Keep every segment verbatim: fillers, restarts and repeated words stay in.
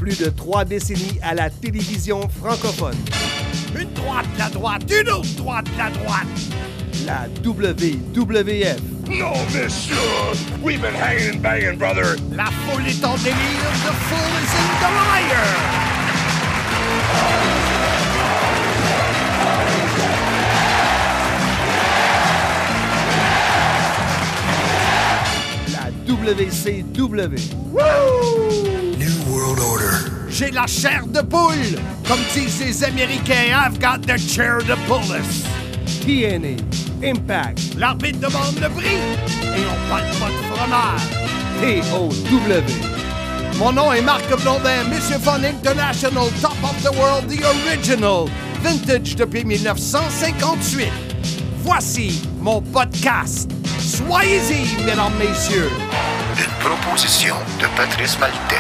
plus de trois décennies à la télévision francophone. Une droite, la droite, une autre droite, la droite. La W W F. No, monsieur! We've been hanging and banging, brother! La foule est en délire, the fool is in the liar! La W C W. Woo! New World Order. J'ai la chair de poule! Comme disent les Américains, I've got the chair to pull us! T N A. Impact. L'arbitre demande le prix et on parle pas de fromage. T O W. Mon nom est Marc Blondin, Monsieur Fun International, Top of the World, the original, vintage depuis mille neuf cent cinquante-huit. Voici mon podcast. Soyez-y, mesdames, messieurs. Une proposition de Patrice Maltais.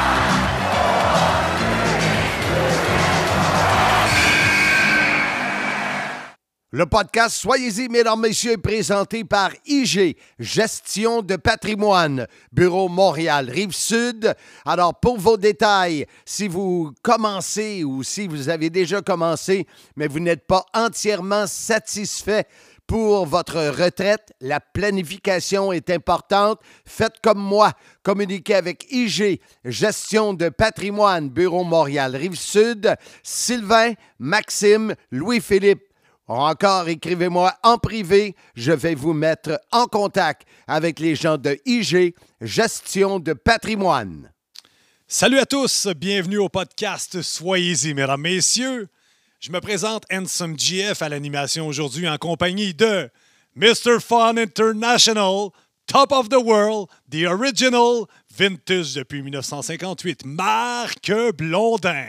Le podcast Soyez-y, mesdames, messieurs, est présenté par I G, Gestion de patrimoine, Bureau Montréal, Rive-Sud. Alors, pour vos détails, si vous commencez ou si vous avez déjà commencé, mais vous n'êtes pas entièrement satisfait pour votre retraite, la planification est importante. Faites comme moi. Communiquez avec I G, Gestion de patrimoine, Bureau Montréal, Rive-Sud, Sylvain, Maxime, Louis-Philippe. Encore, écrivez-moi en privé. Je vais vous mettre en contact avec les gens de I G, Gestion de patrimoine. Salut à tous, bienvenue au podcast Soyez-y, mesdames, messieurs. Je me présente Handsome G F à l'animation aujourd'hui en compagnie de mister Fun International, Top of the World, The Original, Vintage depuis mille neuf cent cinquante-huit, Marc Blondin.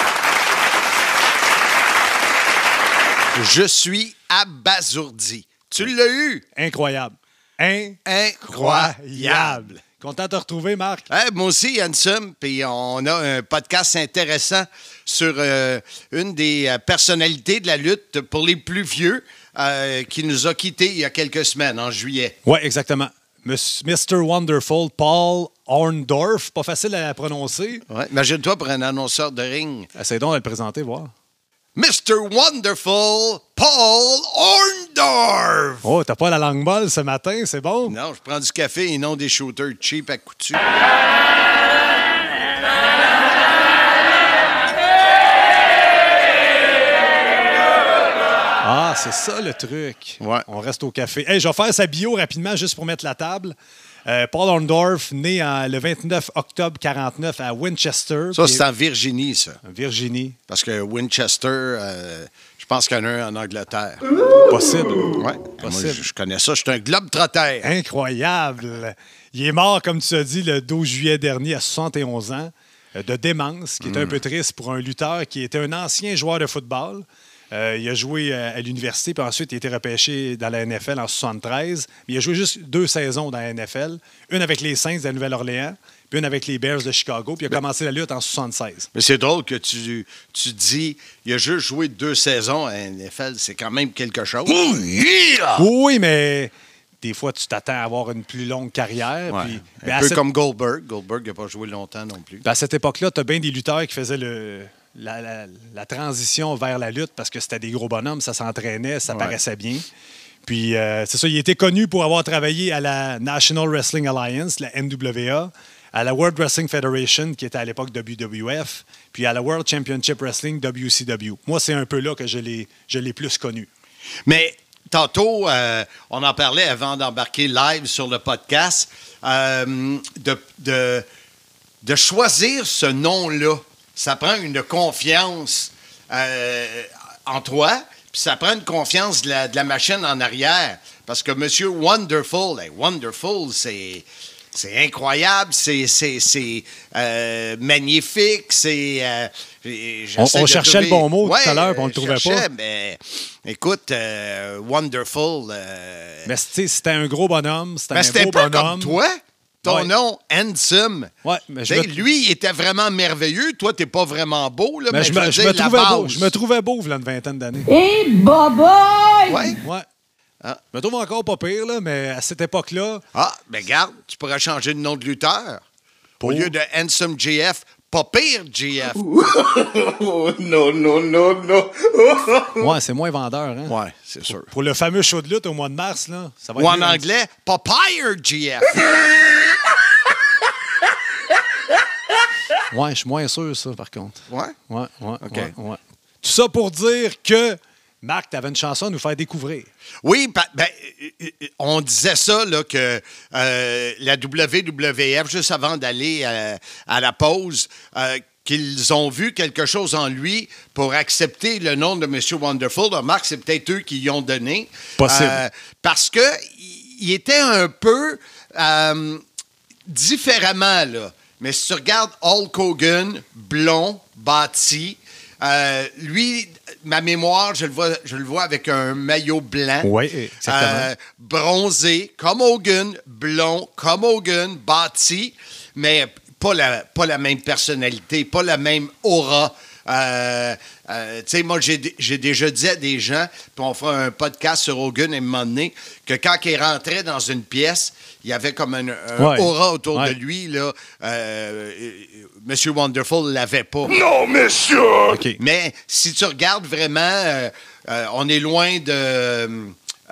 Je suis abasourdi. Tu l'as eu? Incroyable. Incroyable. Content de te retrouver, Marc. Hey, moi aussi, Handsome. Puis on a un podcast intéressant sur euh, une des euh, personnalités de la lutte pour les plus vieux euh, qui nous a quittés il y a quelques semaines, en juillet. Oui, exactement. mister Wonderful, Paul Orndorff. Pas facile à prononcer. Ouais. Imagine-toi pour un annonceur de ring. Essaye donc de le présenter, voir. mister Wonderful, Paul Orndorff! Oh, t'as pas la langue molle ce matin, c'est bon? Non, je prends du café et non des shooters cheap à coutu. Ah, c'est ça le truc. Ouais. On reste au café. Hey, je vais faire sa bio rapidement juste pour mettre la table. Euh, Paul Orndorff, né en, le vingt-neuf octobre quarante-neuf à Winchester. Ça, c'est en Virginie, ça. En Virginie. Parce que Winchester, euh, je pense qu'il y en a un en Angleterre. Possible. Oui, Possible. je, je connais ça. Je suis un globe-trotter. Incroyable. Il est mort, comme tu as dit, le douze juillet dernier à soixante et onze ans, euh, de démence, qui était mm. un peu triste pour un lutteur qui était un ancien joueur de football. Euh, il a joué à l'université, puis ensuite il a été repêché dans la N F L en soixante-treize. Il a joué juste deux saisons dans la N F L, une avec les Saints de la Nouvelle-Orléans, puis une avec les Bears de Chicago, puis il a commencé la lutte en soixante-seize. Mais c'est drôle que tu, tu dis, il a juste joué deux saisons à la N F L, c'est quand même quelque chose. Oh, yeah! Oui, mais des fois tu t'attends à avoir une plus longue carrière. Ouais. Puis, un peu cette... comme Goldberg. Goldberg n'a pas joué longtemps non plus. À cette époque-là, tu as bien des lutteurs qui faisaient le... La, la, la transition vers la lutte parce que c'était des gros bonhommes, ça s'entraînait, ça ouais. paraissait bien. Puis, euh, c'est ça, il était connu pour avoir travaillé à la National Wrestling Alliance, la N W A, à la World Wrestling Federation, qui était à l'époque W W F, puis à la World Championship Wrestling, W C W. Moi, c'est un peu là que je l'ai, je l'ai plus connu. Mais tantôt, euh, on en parlait avant d'embarquer live sur le podcast, euh, de, de, de choisir ce nom-là. Ça prend une confiance euh, en toi, puis ça prend une confiance de la, de la machine en arrière. Parce que M. Wonderful, hey, Wonderful, c'est, c'est incroyable, c'est, c'est, c'est euh, magnifique, c'est... Euh, on on cherchait trouver... le bon mot ouais, tout à l'heure, on ne le trouvait cherchais, pas. Mais, écoute, euh, Wonderful... Euh... Mais c'était un gros bonhomme, c'était mais un c'était beau pas bonhomme. Comme toi. Ton ouais. nom, Handsome. Ouais, mais je me... Lui, il était vraiment merveilleux. Toi, t'es pas vraiment beau. Là, mais, mais je, je, me, je, me trouvais beau, je me trouvais beau, il y a une vingtaine d'années. Et hey, boboy! Ouais. Ouais. Ah. Je me trouve encore pas pire, là, mais à cette époque-là... Ah, ben garde, tu pourrais changer de nom de lutteur. Pour... Au lieu de Handsome J F, pas pire, G F. Oh, no, no, no, no. Ouais, c'est moins vendeur, hein? Ouais, c'est sûr. Pour le fameux show de lutte au mois de mars, là, ça va Ou être en mieux, anglais, pas pire, G F. Ouais, je suis moins sûr, ça, par contre. Ouais? Ouais, ouais, OK. ouais, ouais. Tout ça pour dire que, Marc, tu avais une chanson à nous faire découvrir. Oui, ben, ben, on disait ça, là, que euh, la W W F, juste avant d'aller à, à la pause, euh, qu'ils ont vu quelque chose en lui pour accepter le nom de M. Wonderful. Remarque, c'est peut-être eux qui y ont donné. Possible. Euh, parce que il était un peu euh, différemment, là. Mais si tu regardes Hulk Hogan, blond, bâti, euh, lui, ma mémoire, je le vois, je le vois avec un maillot blanc. Oui, exactement. Euh, bronzé, comme Hogan, blond, comme Hogan, bâti, mais pas la, pas la même personnalité, pas la même aura. Euh, euh, tu sais, moi, j'ai, j'ai déjà dit à des gens, puis on fera un podcast sur Hogan et un moment donné, que quand il rentrait dans une pièce, il y avait comme un, un ouais. aura autour ouais. de lui. Là. Euh, M. Wonderful ne l'avait pas. Non, monsieur! OK. Mais si tu regardes vraiment, euh, euh, on est loin de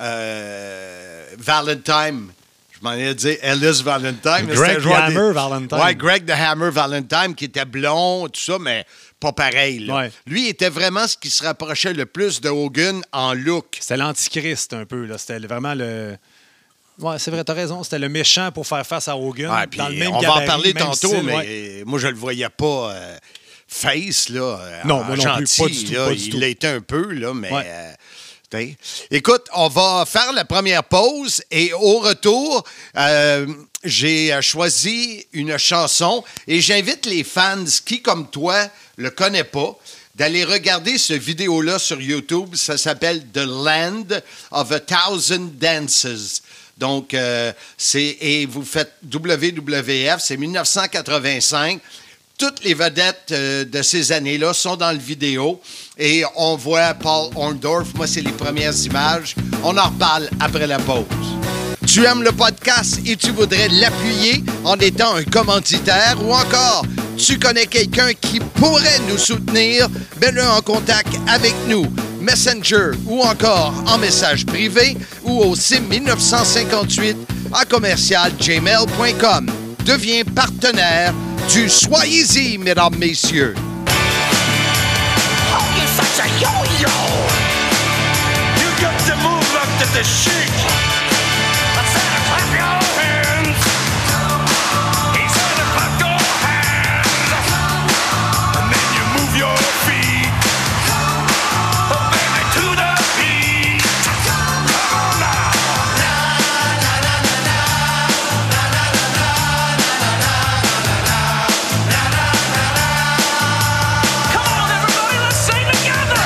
euh, Valentine. Je m'en ai dit Ellis Valentine. Greg the Hammer Valentine. Oui, Greg the Hammer Valentine, qui était blond, tout ça, mais pas pareil. Là. Ouais. Lui, il était vraiment ce qui se rapprochait le plus de Hogan en look. C'était l'antichrist un peu. Là. C'était vraiment le... Ouais, c'est vrai, t'as raison. C'était le méchant pour faire face à Hogan. Ouais, puis dans le même on gabarit, va en parler même tantôt, style, mais ouais. moi, je le voyais pas euh, face, là. Non, en moi non gentil, plus, pas du tout, là. pas du il tout. l'était un peu, là, mais... Ouais. euh, t'sais. Écoute, on va faire la première pause et au retour, euh, j'ai choisi une chanson et j'invite les fans qui, comme toi, le connaissent pas, d'aller regarder ce vidéo-là sur YouTube. Ça s'appelle « The Land of a Thousand Dances ». Donc, euh, c'est et vous faites W W F, c'est dix-neuf cent quatre-vingt-cinq. Toutes les vedettes euh, de ces années-là sont dans le vidéo et on voit Paul Orndorff. Moi, c'est les premières images. On en reparle après la pause. Tu aimes le podcast et tu voudrais l'appuyer en étant un commanditaire ou encore tu connais quelqu'un qui pourrait nous soutenir, mets-le en contact avec nous. Messenger ou encore en message privé ou au sim dix-neuf cent cinquante-huit à commercial gmail point com. Deviens partenaire du Soyez-y, mesdames, messieurs. Oh, you're such a yo-yo! You got to move like the chic! I said clap your hands! He said clap your hands! And then you move your feet! Oh, baby, to the beat! Come on now! Come on, everybody, let's sing together!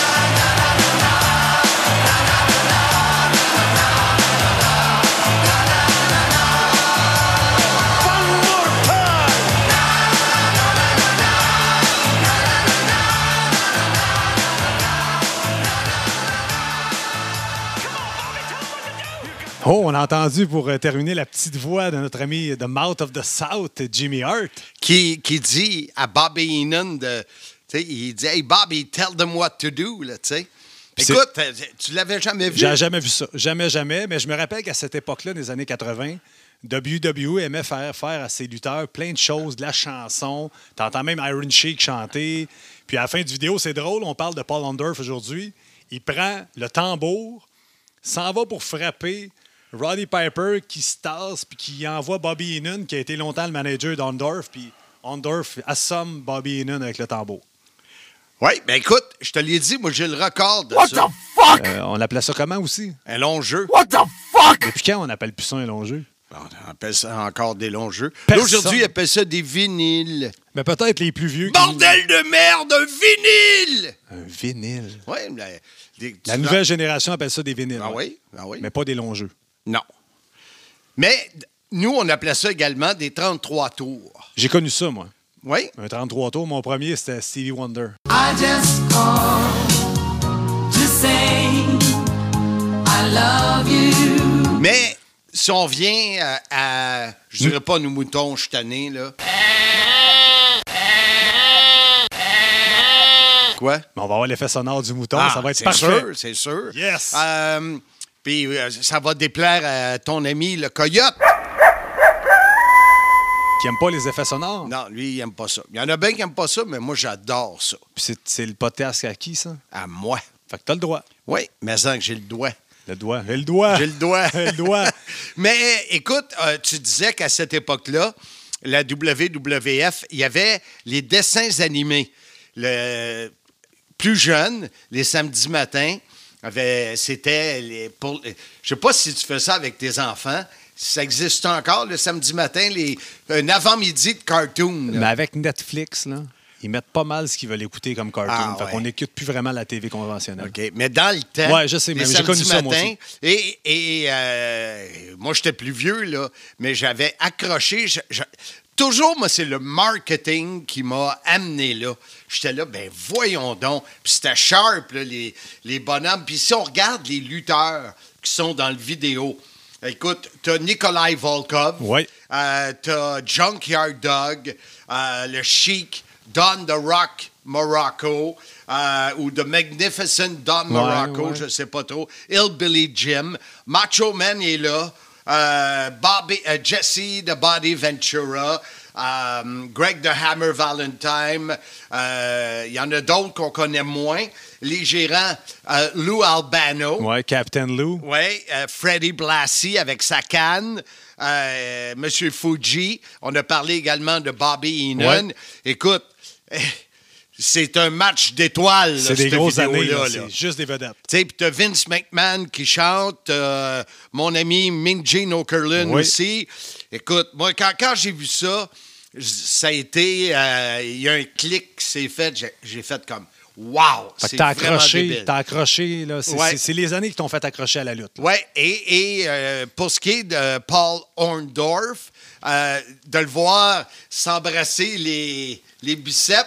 One more time! Oh, on a entendu pour euh, terminer la petite voix de notre ami The Mouth of the South, Jimmy Hart. Qui, qui dit à Bobby Heenan, de, tu sais, il dit « Hey, Bobby, tell them what to do », là, tu sais. C'est- Écoute, euh, tu l'avais jamais vu? J'ai jamais vu ça. Jamais, jamais. Mais je me rappelle qu'à cette époque-là, des années quatre-vingt, W W E aimait faire, faire à ses lutteurs plein de choses, de la chanson. T'entends même Iron Sheik chanter. Puis à la fin du vidéo, c'est drôle, on parle de Paul Orndorff aujourd'hui. Il prend le tambour, s'en va pour frapper Roddy Piper qui se tasse puis qui envoie Bobby Heenan, qui a été longtemps le manager d'Orndorff. Puis Orndorff assomme Bobby Heenan avec le tambour. Oui, ben écoute, je te l'ai dit, moi j'ai le record de What ça. the fuck? Euh, on appelait ça comment aussi? Un long jeu. What the fuck? Depuis quand on appelle plus ça un long jeu? On appelle ça encore des longs jeux. Personne. Là, aujourd'hui, ils appellent ça des vinyles. Mais peut-être les plus vieux. qui- Bordel de merde, un vinyle! Un vinyle. Oui, la, des- La tu- nouvelle génération appelle ça des vinyles. Ah ouais. oui? Ah oui? Mais pas des longs jeux. Non. Mais d- nous, on appelait ça également des trente-trois tours. J'ai connu ça, moi. Oui? Un trente-trois tours. Mon premier, c'était Stevie Wonder. I just called to say I love you. Mais si on vient à, à- je dirais pas nos moutons, je suis tanné, là. Quoi? Mais on va avoir l'effet sonore du mouton. Ah, ça va être c'est parfait. sûr, c'est sûr. Yes! Euh, Puis euh, ça va déplaire à ton ami le coyote. Qui n'aime pas les effets sonores. Non, lui, il n'aime pas ça. Il y en a bien qui n'aiment pas ça, mais moi, j'adore ça. Puis c'est, c'est le podcast à qui, ça? À moi. Fait que t'as le droit. Oui, mais sans que j'ai le doigt. Le doigt. J'ai le doigt. J'ai le doigt. le doigt. Mais écoute, euh, tu disais qu'à cette époque-là, la W W F, il y avait les dessins animés. Le plus jeune, les samedis matins, avait, c'était les, pour, je sais pas si tu fais ça avec tes enfants. Ça existe encore le samedi matin, les, un avant-midi de cartoon. là. Mais avec Netflix, là, ils mettent pas mal ce qu'ils veulent écouter comme cartoon. Ah, fait ouais. qu'on n'écoute plus vraiment la T V conventionnelle. OK. Mais dans le temps, Ouais, je sais, mais les j'ai samedis connu ça, moi matins, aussi. et, et euh, moi, j'étais plus vieux, là, mais j'avais accroché. je- je- toujours, moi, c'est le marketing qui m'a amené là. J'étais là, ben voyons donc. Puis c'était sharp, là, les, les bonhommes. Puis si on regarde les lutteurs qui sont dans le vidéo, écoute, t'as Nikolai Volkov, Ouais. euh, t'as Junkyard Dog, euh, le Sheik, Don the Rock Morocco, euh, ou The Magnificent Don Morocco, ouais. je sais pas trop, Hillbilly Jim, Macho Man est là, euh, Bobby, euh, Jesse the Body Ventura, euh, Greg the Hammer Valentine, euh, il y en a d'autres qu'on connaît moins, les gérants, euh, Lou Albano, Ouais, Captain Lou. oui, euh, Freddie Blassie avec sa canne. Euh, Monsieur Fuji. On a parlé également de Bobby Heenan. Ouais. Écoute, eh, c'est un match d'étoiles. là, C'est des cette grosses années, vidéo-là, là. là. C'est juste des vedettes. Tu sais, puis t'as Vince McMahon qui chante, euh, mon ami Minji Okerlund Oui. aussi. Écoute, moi, quand, quand j'ai vu ça, j- ça a été... euh, Il y a un clic qui s'est fait. J'ai, j'ai fait comme, wow! Fait que C'est t'as vraiment accroché, débile. t'as accroché, là. C'est, Ouais. c'est- c'est les années qui t'ont fait accrocher à la lutte. là. Oui, et, et euh, pour ce qui est de Paul Orndorff, euh, de le voir s'embrasser les, les biceps,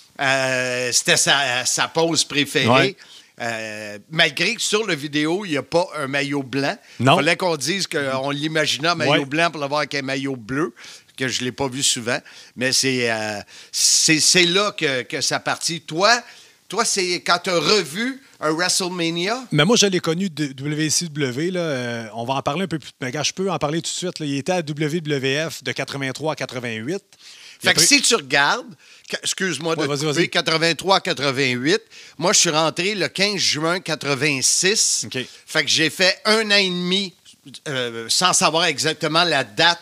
euh, c'était sa, sa pose préférée. Ouais. Euh, malgré que sur la vidéo, il n'y a pas un maillot blanc. Il Non. fallait qu'on dise qu'on l'imaginait un maillot Ouais. blanc pour l'avoir avec un maillot bleu, que je ne l'ai pas vu souvent. Mais c'est, euh, c'est, c'est là que, que ça partit. Toi, toi c'est quand tu as revu un WrestleMania? Mais moi, je l'ai connu de W C W. Là, euh, on va en parler un peu plus. Mais gars, je peux en parler tout de suite. Là. Il était à W W F de quatre-vingt-trois à quatre-vingt-huit. Il a Fait que pris- si tu regardes, qu- excuse-moi de Ouais, te vas-y, couper, vas-y. quatre-vingt-trois à quatre-vingt-huit, moi, je suis rentré le quinze juin quatre-vingt-six. OK. Fait que j'ai fait un an et demi euh, sans savoir exactement la date.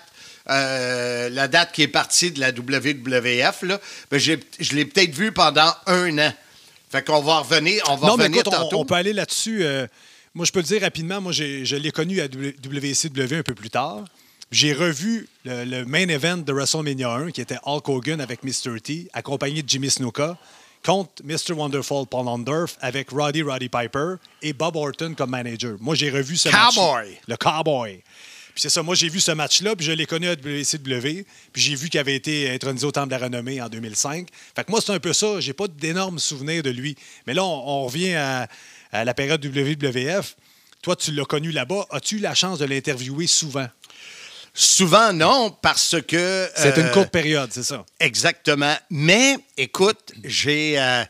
euh, la date qui est partie de la W W F, là. Ben, j'ai- je l'ai peut-être vu pendant un an. Fait qu'on va revenir, on va Non, mais revenir écoute, on, tantôt. on peut aller là-dessus. Euh, moi, je peux le dire rapidement. Moi, j'ai- je l'ai connu à W C W un peu plus tard. J'ai revu le, le main event de WrestleMania un, qui était Hulk Hogan avec mister T, accompagné de Jimmy Snuka, contre mister Wonderful Paul Orndorff avec Roddy Roddy Piper et Bob Orton comme manager. Moi, j'ai revu ce match. Cowboy. Le Cowboy. Puis c'est ça, moi, j'ai vu ce match-là, puis je l'ai connu à W C W, puis j'ai vu qu'il avait été intronisé au Temple de la Renommée en deux mille cinq. Fait que moi, c'est un peu ça. J'ai pas d'énormes souvenirs de lui. Mais là, on, on revient à, à la période W W F. Toi, tu l'as connu là-bas. As-tu eu la chance de l'interviewer souvent? Souvent, non, parce que... C'est euh, une courte période, c'est ça. Exactement. Mais, écoute, j'ai... euh,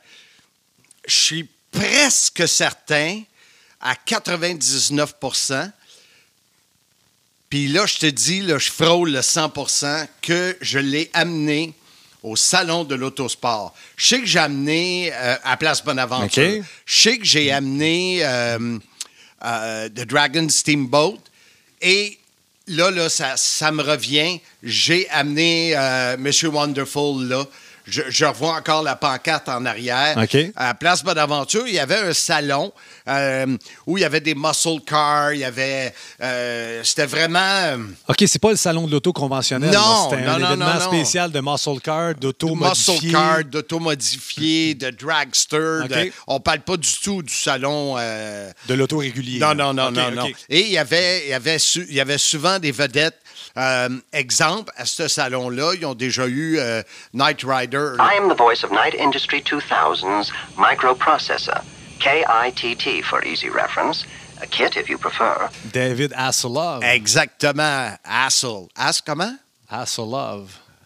je suis presque certain, à quatre-vingt-dix-neuf pour cent, puis là, je te dis, là, je frôle le cent pour cent, que je l'ai amené au Salon de l'Autosport. Je sais que j'ai amené euh, à Place Bonaventure. OK. Je sais que j'ai amené euh, euh, The Dragon Steamboat. Et là, là ça, ça me revient. J'ai amené euh, M. Wonderful là. Je, je revois encore la pancarte en arrière. OK. À Place Bonaventure, il y avait un salon euh, où il y avait des muscle cars, il y avait... euh, c'était vraiment... euh, OK, c'est pas le salon de l'auto conventionnel. Non, là. C'était non, un non, événement non, non. spécial de muscle car, d'auto muscle modifié. car, d'auto-modifié, de dragster. OK. de- on parle pas du tout du salon... euh, De l'auto régulier. non, là. non, non, OK, non, OK. non. Et il y avait, il y avait, su- il y avait souvent des vedettes. Euh, exemple, à ce salon-là, ils ont déjà eu euh, Knight Rider. I am the voice of Knight Industry two thousand's microprocessor, K I T T for easy reference, a kit if you prefer. David Hasselhoff. Exactement. Hassel. Hass comment? Hasselhoff.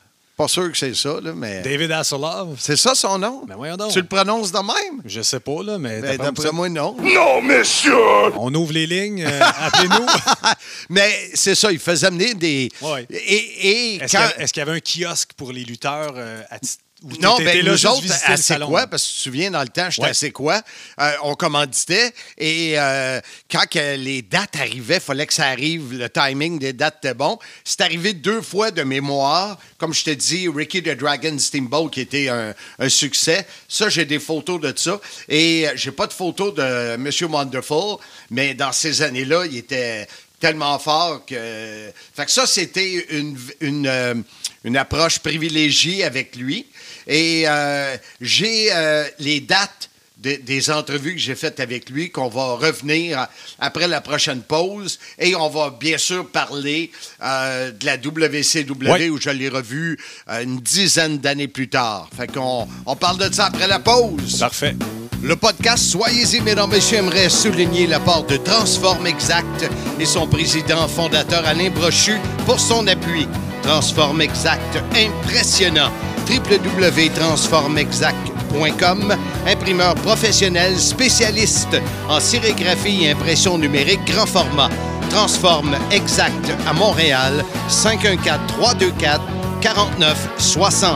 pas sûr que c'est ça, là, mais... David Hasselhoff. C'est ça son nom? Ben voyons donc. Tu le prononces de même? Je sais pas, là, mais... Ben, d'après d'après moi, moi, non. Non, monsieur! on ouvre les lignes. euh, appelez-nous. Mais c'est ça, il faisait amener des... Ouais. Et, et Est-ce quand... qu'il y a- est-ce qu'il y avait un kiosque pour les lutteurs euh, à ti- ou Non, t'étais- ben t'étais là nous juste autres, visiter à le C'est salon, quoi? là? Parce que tu te souviens, dans le temps, j'étais Ouais. à C'est quoi? Euh, on commanditait et euh, quand que les dates arrivaient, il fallait que ça arrive, le timing des dates était bon. C'est arrivé deux fois de mémoire. Comme je te dis, Ricky the Dragon Steamboat, qui était un, un succès. Ça, j'ai des photos de ça. Et euh, j'ai pas de photos de Monsieur Wonderful, mais dans ces années-là, il était tellement fort que... Fait que ça, c'était une, une, euh, une approche privilégiée avec lui. Et euh, j'ai euh, les dates de- des entrevues que j'ai faites avec lui, qu'on va revenir à- après la prochaine pause. Et on va bien sûr parler euh, de la W C W, Ouais. où je l'ai revu euh, une dizaine d'années plus tard. Fait qu'on on parle de ça après la pause. Parfait. Le podcast Soyez-y, mesdames, messieurs, aimerait souligner l'apport de Transform Exact et son président fondateur Alain Brochu pour son appui. Transform Exact, impressionnant. w w w point transform exact point com, imprimeur professionnel spécialiste en sérigraphie et impression numérique grand format. Transform Exact à Montréal, cinq un quatre, trois deux quatre, quatre neuf six zéro.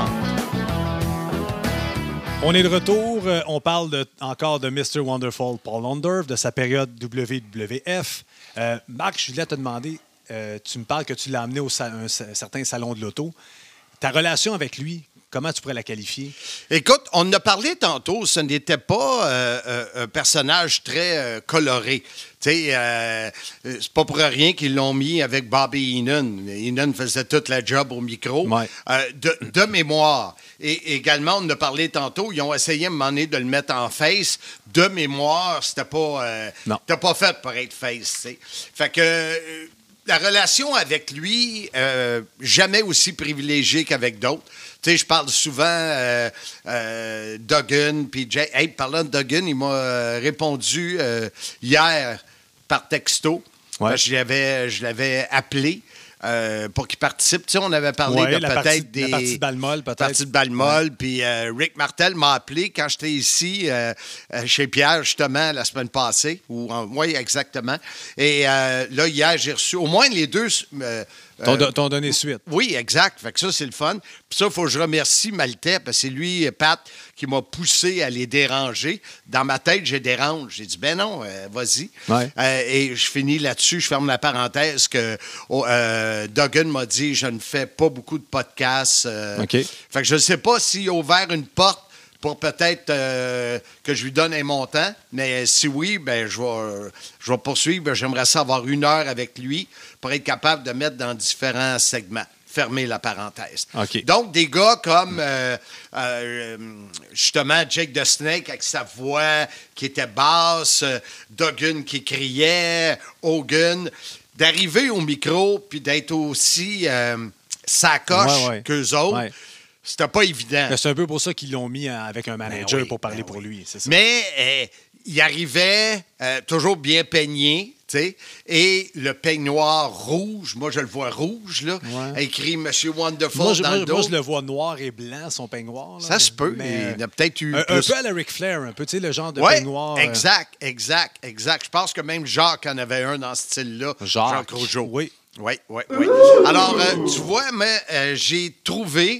On est de retour. Euh, On parle de- encore de mister Wonderful Paul Orndorff, de sa période W W F. Euh, Marc, je voulais te demander, euh, tu me parles que tu l'as amené au sa- un, sa- certain salon de l'auto. Ta relation avec lui, comment tu pourrais la qualifier? Écoute, on en a parlé tantôt, ce n'était pas euh, euh, un personnage très euh, coloré. Tu sais, euh, c'est pas pour rien qu'ils l'ont mis avec Bobby Heenan. Heenan faisait toute la job au micro. Ouais. Euh, de, de mémoire. Et également, on en a parlé tantôt, ils ont essayé à un moment donné de le mettre en face. De mémoire, c'était pas, euh, Non. c'était pas fait pour être face, tu sais. Fait que... euh, la relation avec lui, euh, jamais aussi privilégiée qu'avec d'autres. Tu sais, je parle souvent euh, euh, Duggan, puis Jay. Hey, parlant de Duggan, il m'a euh, répondu euh, hier par texto. Ouais. Parce que je l'avais, je l'avais appelé euh, pour qu'il participe. Tu sais, on avait parlé Ouais, de la peut-être partie- des... la partie de Balmol, peut-être. partie de Balmol, puis euh, Rick Martel m'a appelé quand j'étais ici euh, euh, chez Pierre, justement, la semaine passée. Ou oui, exactement. Et euh, là, hier, j'ai reçu au moins les deux... euh, T'ont euh, do- t'ont donné suite. oui, exact. Fait que ça, c'est le fun. Puis ça, il faut que je remercie Maltais, parce que c'est lui, Pat, qui m'a poussé à les déranger. Dans ma tête, je dérange. J'ai dit, ben non, euh, vas-y. Ouais. Euh, et je finis là-dessus, je ferme la parenthèse que oh, euh, Duggan m'a dit, je ne fais pas beaucoup de podcasts. euh, OK. Fait que je ne sais pas s'il a ouvert une porte pour peut-être euh, que je lui donne un montant. Mais si oui, ben je vais, je vais poursuivre. Ben, j'aimerais ça avoir une heure avec lui pour être capable de mettre dans différents segments. Fermer la parenthèse. OK. Donc, des gars comme, euh, euh, justement, Jake the Snake avec sa voix qui était basse, euh, Duggan qui criait, Hogan, d'arriver au micro puis d'être aussi euh, sacoche Ouais, ouais. qu'eux autres, Ouais. c'était pas évident. Mais C'est un peu pour ça qu'ils l'ont mis en- avec un manager Ben oui, pour parler ben pour oui. lui. C'est ça. Mais euh, il arrivait euh, toujours bien peigné, tu sais, et le peignoir rouge, moi je le vois rouge, là, Ouais. écrit Monsieur Wonderful Moi je, dans moi, le dos. moi, je le vois noir et blanc, son peignoir. là. Ça se peut, Mais, il y en a peut-être eu un, un plus. peu à la Ric Flair, un peu, tu sais, le genre de Ouais, peignoir. euh, exact, exact, exact. Je pense que même Jacques en avait un dans ce style-là. Jacques. Jacques Rougeau. Oui. Oui, oui, oui. Alors, euh, tu vois, mais euh, j'ai trouvé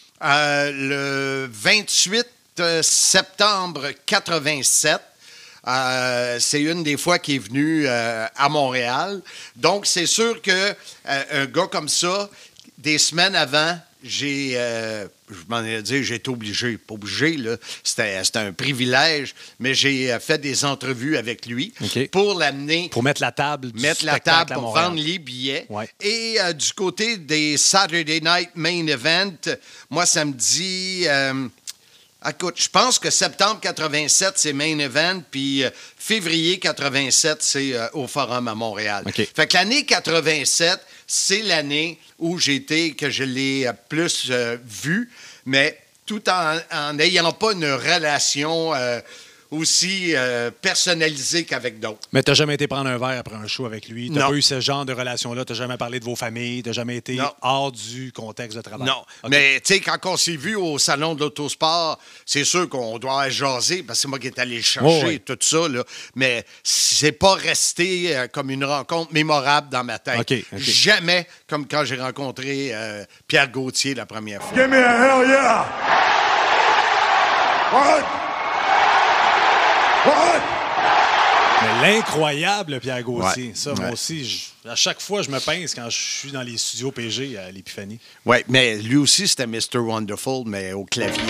euh, le vingt-huit septembre quatre-vingt-sept. Euh, c'est une des fois qu'il est venu euh, à Montréal. Donc, c'est sûr que euh, un gars comme ça, des semaines avant, j'ai, euh, je m'en ai dit, j'ai été obligé, pas obligé, là, c'était, c'était un privilège, mais j'ai euh, fait des entrevues avec lui OK. pour l'amener Pour mettre la table du mettre la spectacle table à pour Montréal. vendre les billets. Ouais. Et euh, du côté des Saturday Night Main Event, moi, ça me dit... euh, écoute, je pense que septembre quatre-vingt-sept, c'est Main Event, puis euh, février quatre-vingt-sept, c'est euh, au Forum à Montréal. OK. Fait que l'année quatre-vingt-sept, c'est l'année où j'ai été, que je l'ai euh, plus euh, vu, mais tout en en n'ayant pas une relation... euh, aussi euh, personnalisé qu'avec d'autres. Mais tu n'as jamais été prendre un verre après un show avec lui. Tu n'as Non. pas eu ce genre de relation-là. Tu n'as jamais parlé de vos familles. Tu n'as jamais été Non. hors du contexte de travail. Non, OK. mais tu sais, quand on s'est vu au salon de l'autosport, c'est sûr qu'on doit jaser, parce que c'est moi qui est allé le chercher, Oh, oui. tout ça, là. Mais c'est pas resté euh, comme une rencontre mémorable dans ma tête. OK, OK. Jamais comme quand j'ai rencontré euh, Pierre Gauthier la première fois. Give me a hell yeah! What? What? Mais l'incroyable Pierre Gauthier, Ouais. ça, moi Ouais. aussi, je- à chaque fois, je me pince quand je suis dans les studios P G à l'Épiphanie. Oui, mais lui aussi, c'était mister Wonderful, mais au clavier.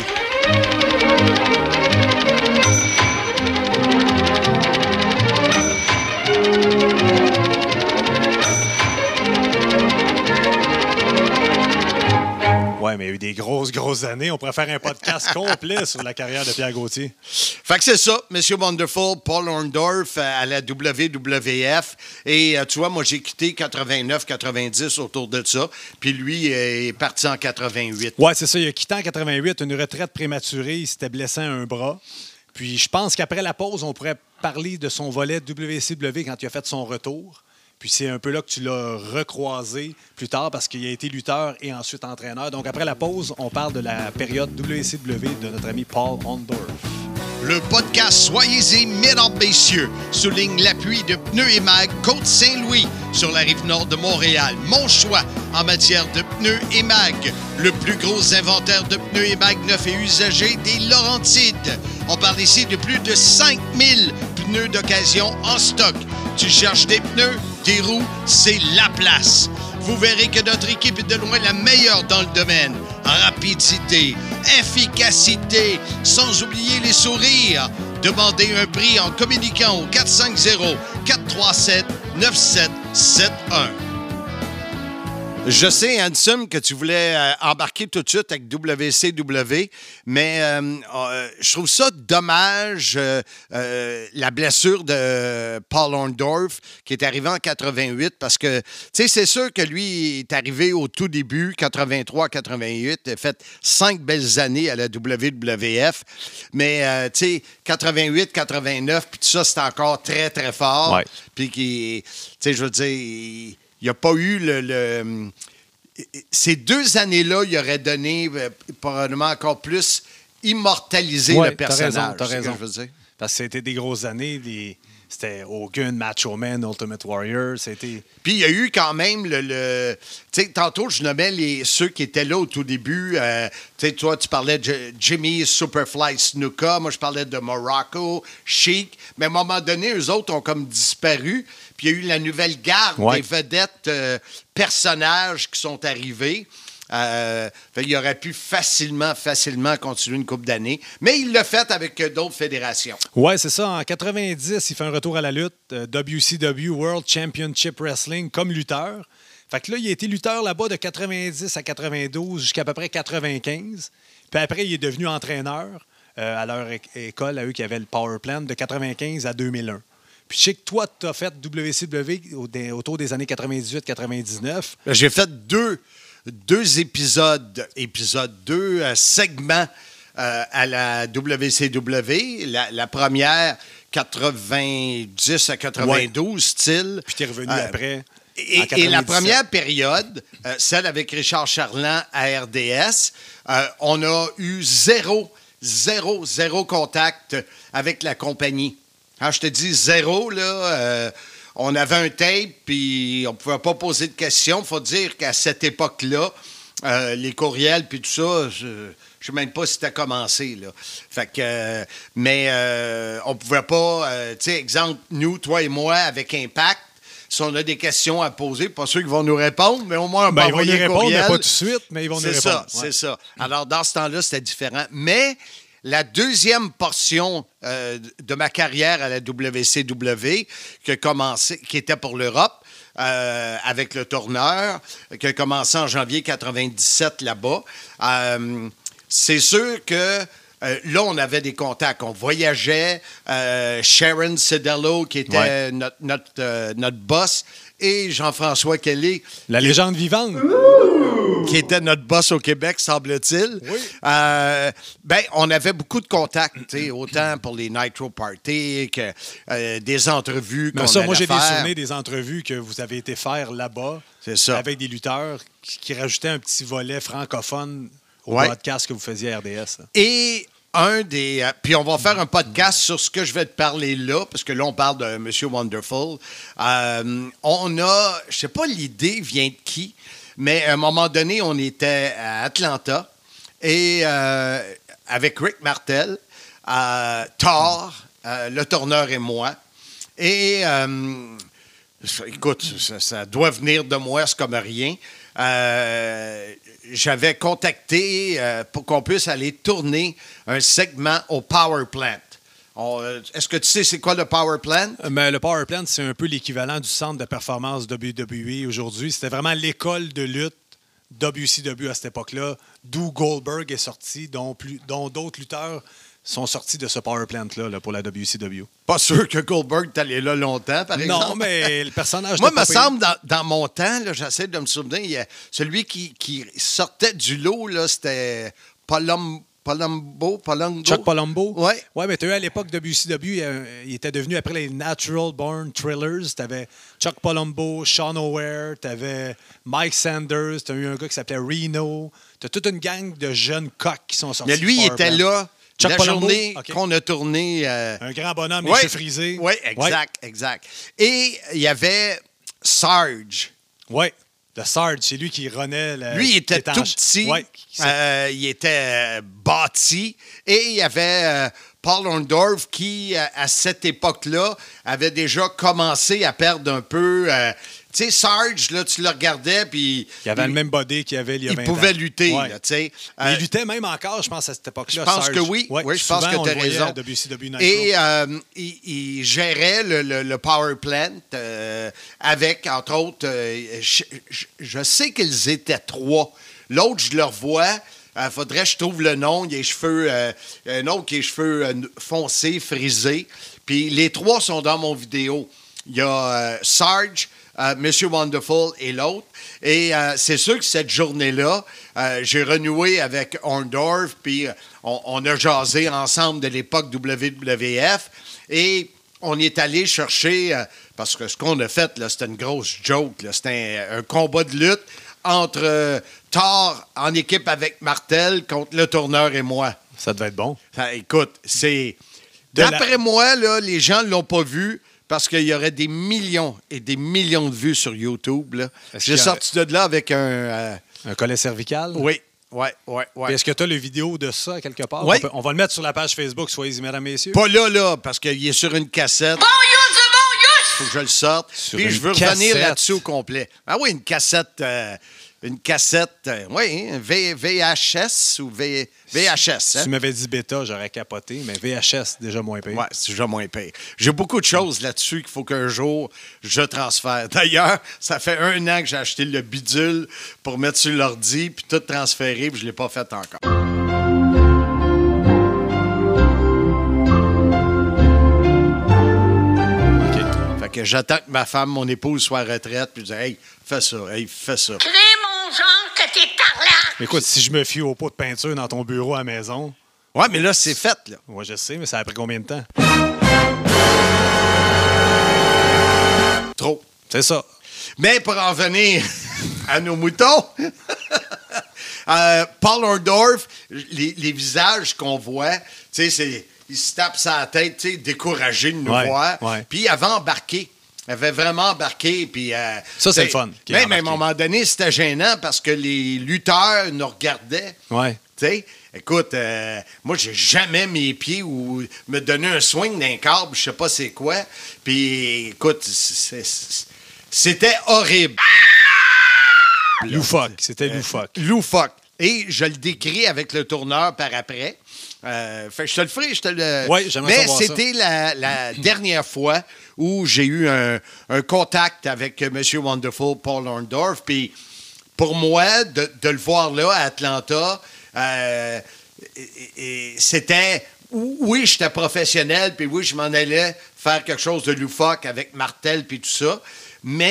Ouais, mais il y a eu des grosses, grosses années. On pourrait faire un podcast complet sur la carrière de Pierre Gauthier. Fait que c'est ça, Monsieur Wonderful, Paul Orndorff euh, à la W W F. Et euh, tu vois, moi, j'ai quitté quatre-vingt-neuf quatre-vingt-dix autour de ça. Puis lui euh, est parti en quatre-vingt-huit. Ouais, c'est ça. Il a quitté en quatre-vingt-huit, une retraite prématurée. Il s'était blessé à un bras. Puis je pense qu'après la pause, on pourrait parler de son volet W C W quand il a fait son retour. Puis c'est un peu là que tu l'as recroisé plus tard parce qu'il a été lutteur et ensuite entraîneur. Donc après la pause, on parle de la période W C W de notre ami Paul Orndorff. Le podcast Soyez-y, mesdames, messieurs, souligne l'appui de Pneus et Mag Côte-Saint-Louis sur la rive nord de Montréal. Mon choix en matière de pneus et mag. Le plus gros inventaire de pneus et mag neufs et usagés des Laurentides. On parle ici de plus de cinq mille pneus d'occasion en stock. Tu cherches des pneus, des roues, c'est la place. Vous verrez que notre équipe est de loin la meilleure dans le domaine. Rapidité, efficacité, sans oublier les sourires. Demandez un prix en communiquant au quatre cinq zéro, quatre trois sept, neuf sept sept un. Je sais, Handsome, que tu voulais euh, embarquer tout de suite avec W C W, mais euh, euh, je trouve ça dommage, euh, euh, la blessure de Paul Orndorff, qui est arrivé en quatre-vingt-huit, parce que, tu sais, c'est sûr que lui est arrivé au tout début, quatre-vingt-trois quatre-vingt-huit, il a fait cinq belles années à la W W F, mais, euh, tu sais, quatre-vingt-huit quatre-vingt-neuf, puis tout ça, c'était encore très, très fort. Ouais. Puis qui, tu sais, je veux dire, il n'y a pas eu le, le- Ces deux années-là, il aurait donné euh, probablement encore plus immortalisé Ouais, le t'as personnage. raison, t'as c'est ce que raison. je veux dire. Parce que c'était des grosses années. Des... C'était Hogan, Macho Man, Ultimate Warrior. C'était... Puis il y a eu quand même le... le tu sais, tantôt, je nommais les, ceux qui étaient là au tout début. Euh, tu sais, toi, tu parlais de J- Jimmy Superfly Snuka. Moi, je parlais de Morocco, Chic. Mais à un moment donné, eux autres ont comme disparu. Puis il y a eu la nouvelle garde Ouais. des vedettes euh, personnages qui sont arrivés. Euh, fait, il aurait pu facilement, facilement continuer une couple d'années. Mais il l'a fait avec euh, d'autres fédérations. Ouais, c'est ça. En quatre-vingt-dix, il fait un retour à la lutte. euh, W C W World Championship Wrestling comme lutteur. Fait que là, il a été lutteur là-bas de quatre-vingt-dix à quatre-vingt-douze jusqu'à peu près quatre-vingt-quinze. Puis après, il est devenu entraîneur euh, à leur é- école, à eux qui avaient le Power Plan, de quatre-vingt-quinze à deux mille un. Puis je sais que toi, tu as fait W C W au- des- autour des années quatre-vingt-dix-huit quatre-vingt-dix-neuf. J'ai fait deux, deux épisodes, épisode deux euh, segments euh, à la W C W. La, la première, quatre-vingt-dix à quatre-vingt-douze, style. Puis tu es revenu Euh, après. Et, en et la quatre-vingt-dix-sept. première période, euh, celle avec Richard Charland à R D S, euh, on a eu zéro, zéro, zéro contact avec la compagnie. Quand je te dis zéro, là, euh, on avait un tape, puis on ne pouvait pas poser de questions. Il faut dire qu'à cette époque-là, euh, les courriels, puis tout ça, je ne sais même pas si c'était commencé, là. Fait que, euh, mais euh, on ne pouvait pas, euh, tu sais, exemple, nous, toi et moi, avec Impact, si on a des questions à poser, pas sûr qu'ils vont nous répondre, mais au moins on Ben, peut ils vont nous envoyer un répondre, mais courriel. pas tout de suite, mais ils vont nous C'est répondre. ça, Ouais. c'est ça. Alors, dans ce temps-là, c'était différent. Mais la deuxième portion euh, de ma carrière à la W C W, qui, a commencé, qui était pour l'Europe, euh, avec le tourneur, qui a commencé en janvier quatre-vingt-dix-sept là-bas, euh, c'est sûr que Euh, là, on avait des contacts. On voyageait. Euh, Sharon Cidello, qui était Ouais. notre, notre, euh, notre boss, et Jean-François Kelly, La légende vivante. qui était notre boss au Québec, semble-t-il. Oui. Euh, ben, on avait beaucoup de contacts, tu sais, autant pour les Nitro Party que euh, des entrevues qu'on Mais ça, moi, allait j'ai des faire. souvenirs des entrevues que vous avez été faire là-bas. C'est ça. Avec des lutteurs qui, qui rajoutaient un petit volet francophone au Ouais. podcast que vous faisiez à R D S. Et un des... euh, puis on va faire un podcast sur ce que je vais te parler là, parce que là, on parle de M. Wonderful. Euh, on a... Je sais pas l'idée vient de qui, mais à un moment donné, on était à Atlanta et euh, avec Rick Martel, euh, Thor, euh, le tourneur et moi. Et... euh, écoute, ça, ça doit venir de moi, c'est comme rien. Euh, j'avais contacté euh, pour qu'on puisse aller tourner un segment au Power Plant. On, euh, est-ce que tu sais c'est quoi le Power Plant? Mais le Power Plant, c'est un peu l'équivalent du centre de performance W W E aujourd'hui. C'était vraiment l'école de lutte W C W à cette époque-là, d'où Goldberg est sorti, dont, plus, dont d'autres lutteurs sont sortis de ce Power Plant-là là, pour la W C W. Pas sûr que Goldberg est allé là longtemps, par exemple. Non, mais le personnage... Moi, de me Popeye- semble, dans, dans mon temps, là, j'essaie de me souvenir, il y a celui qui, qui sortait du lot, là, c'était Palom, Palombo, Palongo. Chuck Palumbo? Oui. Oui, mais tu as eu à l'époque W C W, euh, il était devenu après les Natural Born Thrillers. Tu avais Chuck Palumbo, Sean O'Hare, tu avais Mike Sanders, tu as eu un gars qui s'appelait Reno. Tu as toute une gang de jeunes coqs qui sont sortis. Mais lui, du il Power était Plant. là Chuck la Palumbo? journée OK. qu'on a tourné. euh, Un grand bonhomme, les Ouais. cheveux frisés. Oui, exact, exact. Et il y avait Sarge. Oui, de Sarge, c'est lui qui renait. Le, Lui, il était qui en- tout petit. Ouais, qui- Euh, il était euh, bâti. Et il y avait euh, Paul Orndorff qui, euh, à cette époque-là, avait déjà commencé à perdre un peu. euh, tu sais, Sarge, là, tu le regardais, puis. il avait le même body qu'il avait il y a Il vingt pouvait ans. lutter, Ouais. là, tu sais. Mais Euh, il luttait même encore, je pense, à cette époque-là. Je pense Sarge. que oui. Ouais, Oui, je pense souvent, que on tu as le voyait raison. à W C W Nitro. Et euh, il, il gérait le, le- le Power Plant euh, avec, entre autres, euh, je, je- je sais qu'ils étaient trois. L'autre, je le revois. Il faudrait que je trouve le nom. Il a les cheveux, euh, un autre qui a les cheveux euh, foncés, frisés. Puis les trois sont dans mon vidéo. Il y a euh, Sarge, euh, Monsieur Wonderful et l'autre. Et euh, c'est sûr que cette journée-là, euh, j'ai renoué avec Orndorff, puis euh, on, on a jasé ensemble de l'époque W W F. Et on est allé chercher, euh, parce que ce qu'on a fait, là, c'était une grosse joke. là. C'était un, un combat de lutte entre euh, Thor en équipe avec Martel contre le tourneur et moi. Ça devait être bon. Ça, écoute, c'est... De la- D'après moi, là, les gens ne l'ont pas vu parce qu'il y aurait des millions et des millions de vues sur YouTube. là. Est-ce J'ai qu'il y a- sorti de là avec un... euh, Un collet cervical. oui, oui, oui, Puis oui. Est-ce que tu as le vidéo de ça quelque part? Oui. On, peut- on va le mettre sur la page Facebook, soyez-y, mesdames, messieurs. Pas là, là, parce qu'il est sur une cassette. Bon use, bon use! Faut que je le sorte. Sur Puis une je veux revenir cassette. là-dessus au complet. Ah oui, une cassette... euh, une cassette... euh, oui, hein, v, VHS ou v, VHS. Si Hein? tu m'avais dit bêta, j'aurais capoté, mais V H S, déjà moins payé. Oui, c'est déjà moins pire. J'ai beaucoup de choses là-dessus qu'il faut qu'un jour je transfère. D'ailleurs, ça fait un an que j'ai acheté le bidule pour mettre sur l'ordi puis tout transférer, puis je ne l'ai pas fait encore. OK. Fait que j'attends que ma femme, mon épouse, soit à retraite, puis je dis hey, fais ça, hey, fais ça. Crée mon genre que t'es parlant! Mais écoute, si je me fie au pot de peinture dans ton bureau à la maison, Ouais, mais là, c'est fait, là. moi je sais, mais ça a pris combien de temps? Trop. C'est ça. Mais pour en venir à nos moutons, euh, Paul Orndorff, les, les visages qu'on voit, tu sais, c'est, il se tape sa tête, tu sais, découragé de nous Ouais, voir. ouais. Puis il avait embarqué. Il avait vraiment embarqué. Puis, euh, Ça, c'est tu sais, le fun, qu'il ait Même à un embarqué. moment donné, c'était gênant parce que les lutteurs nous regardaient. Ouais. Tu sais, écoute, euh, moi, j'ai jamais mes pieds ou me donné un swing d'un câble, je sais pas c'est quoi. Puis, écoute, c'est- c'est- c'était horrible. Loufoque. C'était loufoque. Loufoque. Et je le décris avec le tourneur par après. Euh, fait que je te le ferai, je te le... Oui, j'aimerais Mais savoir ça. c'était la, la dernière fois où j'ai eu un, un contact avec M. Wonderful, Paul Orndorff. Puis pour moi, de, de le voir là, à Atlanta, euh, et- et c'était... Oui, j'étais professionnel, puis oui, je m'en allais faire quelque chose de loufoque avec Martel puis tout ça, mais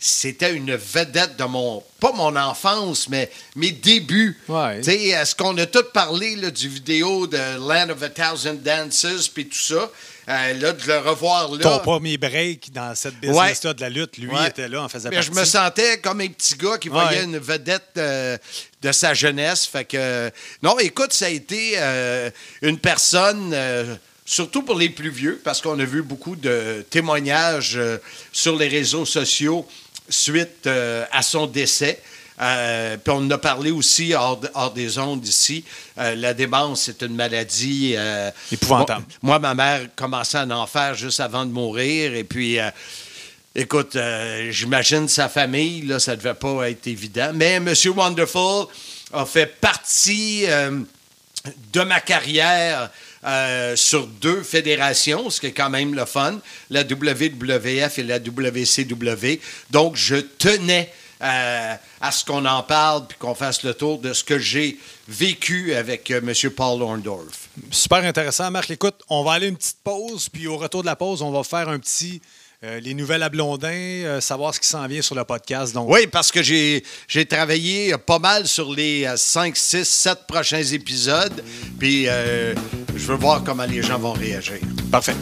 c'était une vedette de mon, pas mon enfance, mais mes débuts. Ouais. Tu sais, est-ce qu'on a tout parlé là, du vidéo de Land of a Thousand Dances puis tout ça? Euh, là, de le revoir là. Ton premier break dans cette business-là Ouais. de la lutte, lui, Ouais. était là, en faisait Mais partie. je me sentais comme un petit gars qui voyait Ouais. une vedette euh, de sa jeunesse. Fait que, non, écoute, ça a été euh, une personne, euh, surtout pour les plus vieux, parce qu'on a vu beaucoup de témoignages euh, sur les réseaux sociaux suite euh, à son décès. Euh, puis on en a parlé aussi hors, de- hors des ondes ici. Euh, la démence, c'est une maladie... euh, Épouvantable. Moi, moi, ma mère commençait à en faire juste avant de mourir. Et puis, euh, écoute, euh, j'imagine sa famille, là, ça devait pas être évident. Mais M. Wonderful a fait partie euh, de ma carrière euh, sur deux fédérations, ce qui est quand même le fun, la W W F et la W C W. Donc, je tenais euh, à ce qu'on en parle puis qu'on fasse le tour de ce que j'ai vécu avec euh, M. Paul Orndorff. Super intéressant, Marc. Écoute, on va aller une petite pause, puis au retour de la pause, on va faire un petit... euh, les nouvelles à Blondin, euh, savoir ce qui s'en vient sur le podcast. Donc, Oui, parce que j'ai, j'ai travaillé pas mal sur les cinq, six, sept prochains épisodes. Puis euh, je veux voir comment les gens vont réagir. parfait.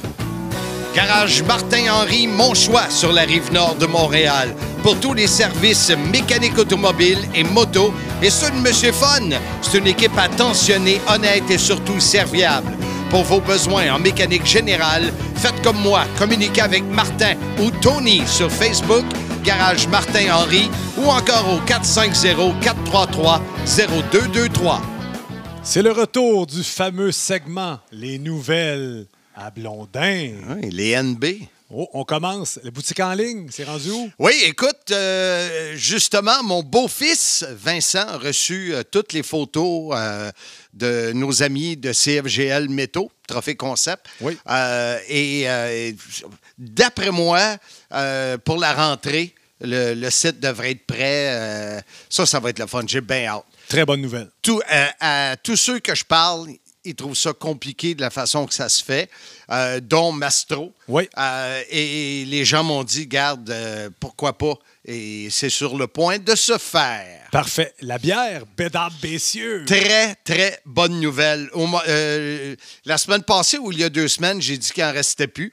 Garage Martin-Henry, mon choix sur la rive nord de Montréal. Pour tous les services mécaniques automobiles et moto. Et ceux de Monsieur Fun. C'est une équipe attentionnée, honnête et surtout serviable. Pour vos besoins en mécanique générale, faites comme moi. Communiquez avec Martin ou Tony sur Facebook, Garage Martin-Henry, ou encore au quatre cinq zéro, quatre trois trois, zéro deux deux trois. C'est le retour du fameux segment Les nouvelles à Blondin. Oui, les N B. Oh, on commence. La boutique en ligne, c'est rendu où? Oui, écoute, euh, justement, mon beau-fils, Vincent, a reçu euh, toutes les photos euh, de nos amis de C F G L Métaux, Trophée Concept. Oui. Euh, et euh, d'après moi, euh, pour la rentrée, le, le site devrait être prêt. Euh, ça, ça va être le fun. J'ai bien hâte. Très bonne nouvelle. Tout, euh, à tous ceux que je parle, ils trouvent ça compliqué de la façon que ça se fait, euh, dont Mastro. Oui. Euh, et, et les gens m'ont dit, garde, euh, pourquoi pas? Et c'est sur le point de se faire. Parfait. La bière, Bédard Bessieux. Très, très bonne nouvelle. Au mo- euh, la semaine passée, ou il y a deux semaines, j'ai dit qu'il n'en restait plus.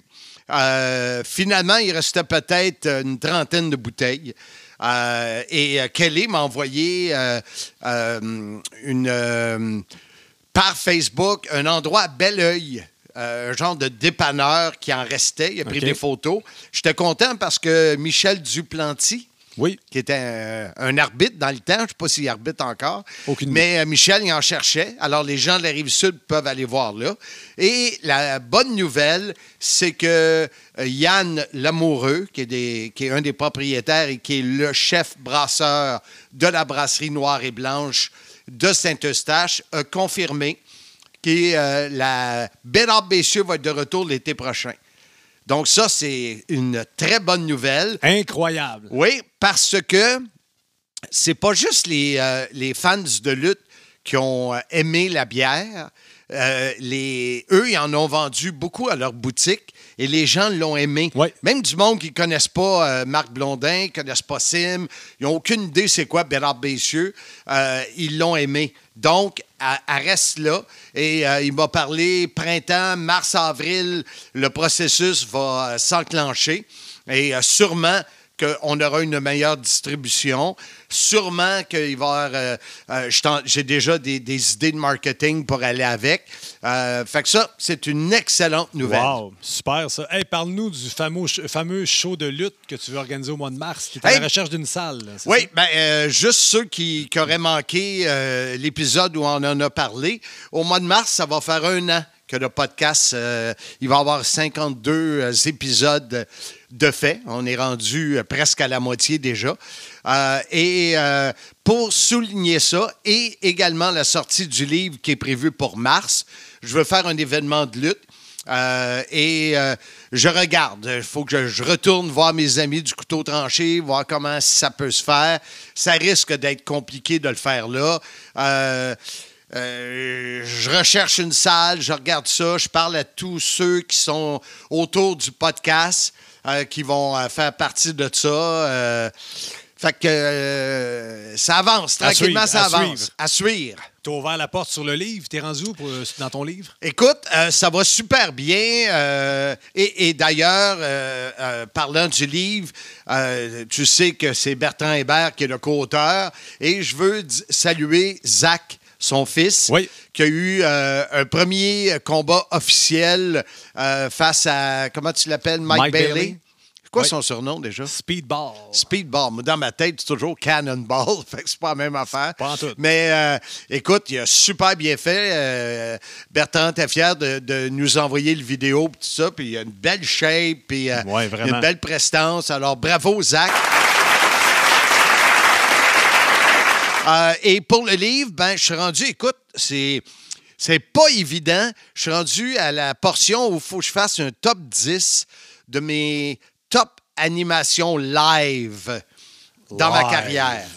Euh, finalement, il restait peut-être une trentaine de bouteilles. Euh, et euh, Kelly m'a envoyé euh, euh, une... euh, par Facebook, un endroit à Belleuil, euh, un genre de dépanneur qui en restait. Il a pris OK. des photos. J'étais content parce que Michel Duplanty, Oui. qui était un, un arbitre dans le temps, je ne sais pas s'il arbitre encore, Aucune mais euh, Michel, il en cherchait. Alors, les gens de la Rive-Sud peuvent aller voir là. Et la bonne nouvelle, c'est que euh, Yann Lamoureux, qui est, des- qui est un des propriétaires et qui est le chef brasseur de la brasserie Noire et Blanche de Saint-Eustache, a confirmé que euh, la Bédard Bessieux va être de retour l'été prochain. Donc ça, c'est une très bonne nouvelle. Incroyable. Oui, parce que c'est pas juste les, euh, les fans de lutte qui ont euh, aimé la bière. Euh, les, eux, ils en ont vendu beaucoup à leur boutique et les gens l'ont aimé. Oui. Même du monde qui ne connaissent pas euh, Marc Blondin, qui ne connaissent pas Sim, ils n'ont aucune idée c'est quoi Bédard Bessieux, euh, ils l'ont aimé. Donc, elle, elle reste là. Et euh, il m'a parlé printemps, mars, avril, le processus va euh, s'enclencher. Et euh, sûrement qu'on aura une meilleure distribution. Sûrement qu'il va y avoir... euh, euh, je t'en- j'ai déjà des, des idées de marketing pour aller avec. Euh, fait que ça, c'est une excellente nouvelle. Wow, super ça. Hey, parle-nous du fameux, fameux show de lutte que tu veux organiser au mois de mars, qui est à Hey. la recherche d'une salle. là, c'est Oui, ça? ben, euh, juste ceux qui, qui auraient manqué euh, l'épisode où on en a parlé. Au mois de mars, ça va faire un an que le podcast, euh, il va y avoir cinquante-deux euh, épisodes de fait. On est rendu euh, presque à la moitié déjà. Euh, et euh, pour souligner ça, et également la sortie du livre qui est prévue pour mars, je veux faire un événement de lutte. Euh, et euh, je regarde. Il faut que je, je retourne voir mes amis du couteau tranché, voir comment ça peut se faire. Ça risque d'être compliqué de le faire là. Euh, euh, je recherche une salle, je regarde ça, je parle à tous ceux qui sont autour du podcast. euh, qui vont euh, faire partie de ça. Euh, fait que euh, ça avance. À Tranquillement, suivre, ça à avance. suivre. À suivre. T'as ouvert la porte sur le livre. T'es rendu où pour, dans ton livre? Écoute, euh, ça va super bien. euh, et, et d'ailleurs, euh, euh, parlant du livre, euh, tu sais que c'est Bertrand Hébert qui est le co-auteur. Et je veux d- saluer Zach, son fils, Oui. qui a eu euh, un premier combat officiel euh, face à, comment tu l'appelles, Mike, Mike Bailey. Bailey. C'est quoi Oui. son surnom déjà? Speedball. Speedball. Moi, dans ma tête, c'est toujours Cannonball. Fait que c'est pas la même affaire. Pas en tout. Mais euh, écoute, il a super bien fait. Euh, Bertrand, t'es fier de, de nous envoyer le vidéo et tout ça. Puis il a une belle shape. Puis euh, Ouais, il a vraiment. une belle prestance. Alors, bravo, Zach. Euh, et pour le livre, ben, je suis rendu, écoute, c'est, c'est pas évident. Je suis rendu à la portion où il faut que je fasse un top dix de mes top animations live dans ma Live. carrière.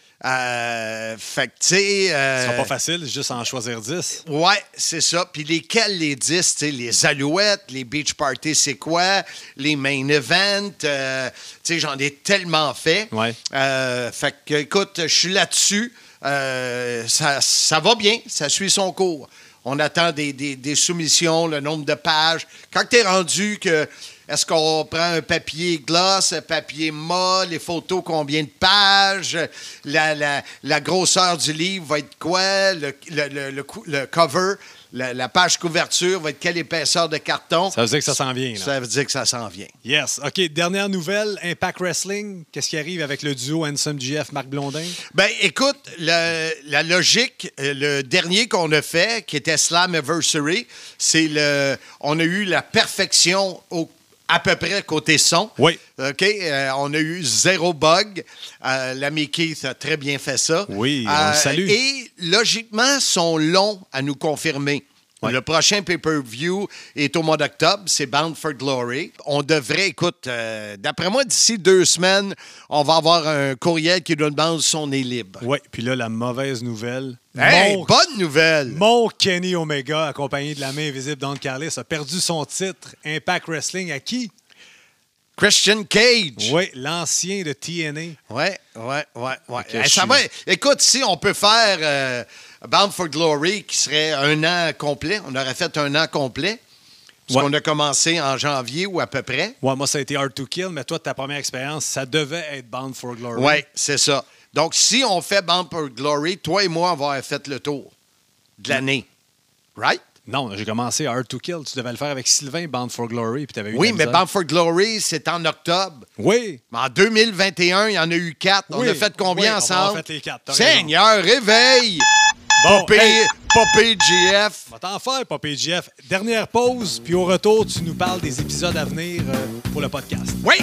Euh, fait que, tu sais... euh, Ce sera pas facile, juste en choisir dix. Ouais, c'est ça. Puis lesquels les dix, tu sais, les Alouettes, les Beach Party, c'est quoi? Les main events, euh, tu sais, j'en ai tellement fait. Ouais. Euh, fait que, écoute, je suis là-dessus. Euh, ça, ça va bien, ça suit son cours. On attend des, des, des soumissions, le nombre de pages. Quand tu es rendu que... Est-ce qu'on prend un papier gloss, un papier mat, les photos, combien de pages, la, la, la grosseur du livre va être quoi, le, le, le, le, cou- le cover, la, la page couverture va être quelle épaisseur de carton? Ça veut dire que ça s'en vient. Là. Ça veut dire que ça s'en vient. Yes. OK, dernière nouvelle, Impact Wrestling. Qu'est-ce qui arrive avec le duo Handsome G F, Marc Blondin? Ben, écoute, le- la logique, euh, le dernier qu'on a fait, qui était Slammiversary, c'est le. On a eu la perfection au à peu près côté son. Oui. OK? Euh, on a eu zéro bug. Euh, L'ami Keith a très bien fait ça. Oui, on le salue. Et logiquement, sont longs à nous confirmer. Ouais. Le prochain pay-per-view est au mois d'octobre. C'est Bound for Glory. On devrait, écoute, euh, d'après moi, d'ici deux semaines, on va avoir un courriel qui nous demande si on est libre. Oui, puis là, la mauvaise nouvelle. Hey, mon, bonne nouvelle! mon Kenny Omega, accompagné de la main invisible Don Carlis, a perdu son titre Impact Wrestling à qui? Christian Cage. Oui, l'ancien de T N A. Ouais, ouais, ouais, ouais. Fait que Eh, je ça suis- va. Écoute, si on peut faire euh, Bound for Glory, qui serait un an complet, on aurait fait un an complet, parce Ouais. qu'on a commencé en janvier ou à peu près. Ouais, moi, ça a été Hard to Kill, mais toi, ta première expérience, ça devait être Bound for Glory. Oui, c'est ça. Donc, si on fait Bound for Glory, toi et moi, on va avoir fait le tour de l'année. Right? Non, j'ai commencé Hard to Kill. Tu devais le faire avec Sylvain, Bound for Glory, puis tu avais eu Oui, de la mais misère. Bound for Glory, c'est en octobre. Oui. Mais en deux mille vingt et un, il y en a eu quatre. On Oui, a fait combien oui, on va ensemble? avoir fait les quatre, t'as raison. Seigneur, réveille! Bon, Popé, hey, Popé G F. on va t'en faire, Papa G F. Dernière pause, puis au retour, tu nous parles des épisodes à venir euh, pour le podcast. Oui!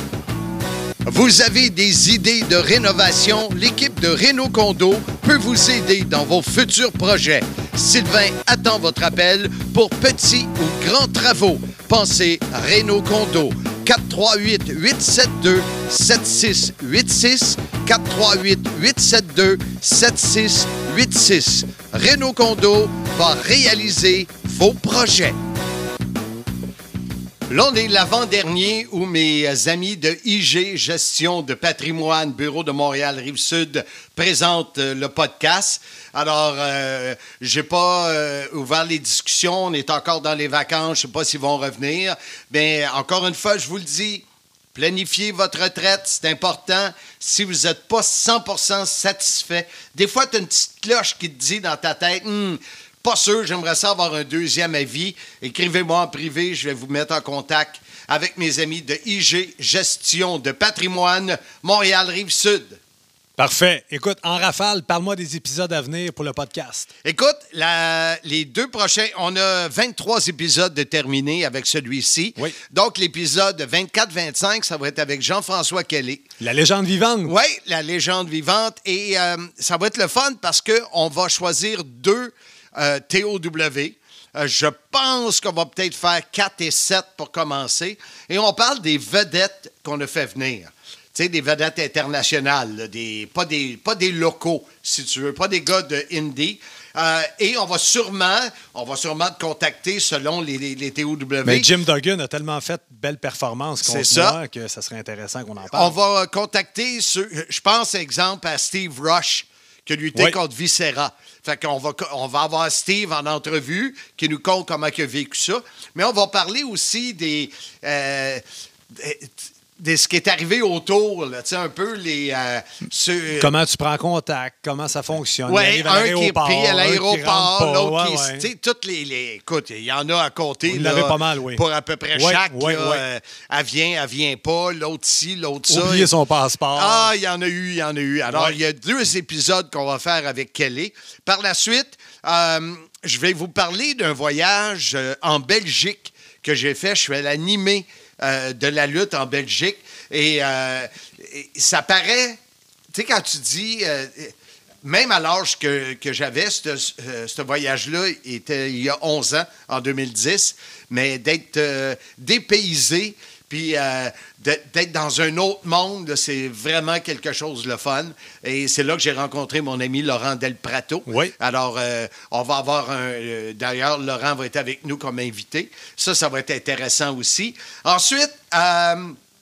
Vous avez des idées de rénovation? L'équipe de Réno Condo peut vous aider dans vos futurs projets. Sylvain attend votre appel pour petits ou grands travaux. Pensez Réno Condo. quatre trois huit, huit sept deux, sept six huit six. quatre trois huit, huit sept deux, sept six huit six. Réno Condo va réaliser vos projets. Là, on est l'avant-dernier où mes amis de I G, Gestion de patrimoine, Bureau de Montréal, Rive-Sud, présentent euh, le podcast. Alors, euh, j'ai pas euh, ouvert les discussions. On est encore dans les vacances. Je sais pas s'ils vont revenir. Mais encore une fois, je vous le dis, planifiez votre retraite. C'est important. Si vous n'êtes pas cent pour cent satisfait, des fois, tu as une petite cloche qui te dit dans ta tête, Hum, pas sûr, j'aimerais ça avoir un deuxième avis. Écrivez-moi en privé, je vais vous mettre en contact avec mes amis de I G, Gestion de patrimoine, Montréal-Rive-Sud. Parfait. Écoute, en rafale, parle-moi des épisodes à venir pour le podcast. Écoute, la- les deux prochains, on a vingt-trois épisodes de terminés avec celui-ci. Oui. Donc, l'épisode vingt-quatre vingt-cinq, ça va être avec Jean-François Kelly. La légende vivante. Oui, la légende vivante. Et euh, ça va être le fun parce qu'on va choisir deux euh, T O W. Euh, je pense qu'on va peut-être faire quatre et sept pour commencer. Et on parle des vedettes qu'on a fait venir. Tu sais, des vedettes internationales, là, des, pas, des, pas des locaux, si tu veux, pas des gars de indie. Euh, et on va sûrement, on va sûrement te contacter selon les, les, les T O W. Mais Jim Duggan a tellement fait de belles performances contre C'est ça. moi que ça serait intéressant qu'on en parle. On va contacter, ceux, je pense, exemple, à Steve Rush, qui a lutté Oui. contre Viscera. Fait qu'on va, on va avoir Steve en entrevue qui nous compte comment il a vécu ça. Mais on va parler aussi des... Euh, des de ce qui est arrivé autour, là, tu sais, un peu les... Euh, ceux, Comment tu prends contact, comment ça fonctionne. Oui, Il arrive à un qui est l'aéroport, pris à un qui l'aéroport, rentre pas, l'autre qui... ouais, ouais. Tu sais, toutes les, les... Écoute, il y en a à compter. Vous là, l'avez pas mal, oui. Pour à peu près Ouais, chaque. ouais, là, ouais. euh, elle vient, elle vient pas, l'autre ci, l'autre ça. Oublier son passeport. Ah, il y en a eu, il y en a eu. Alors, Ouais. il y a deux épisodes qu'on va faire avec Kelly. Par la suite, euh, je vais vous parler d'un voyage euh, en Belgique que j'ai fait. Je suis allé animer euh, de la lutte en Belgique. Et, euh, et ça paraît, tu sais, quand tu dis, euh, même à l'âge que, que j'avais, ce euh, ce voyage-là était il y a onze ans, en deux mille dix, mais d'être euh, dépaysé, puis euh, d'être dans un autre monde, là, c'est vraiment quelque chose de le fun. Et c'est là que j'ai rencontré mon ami Laurent Del Prato. Oui. Alors, euh, on va avoir un... euh, d'ailleurs, Laurent va être avec nous comme invité. Ça, ça va être intéressant aussi. Ensuite, euh,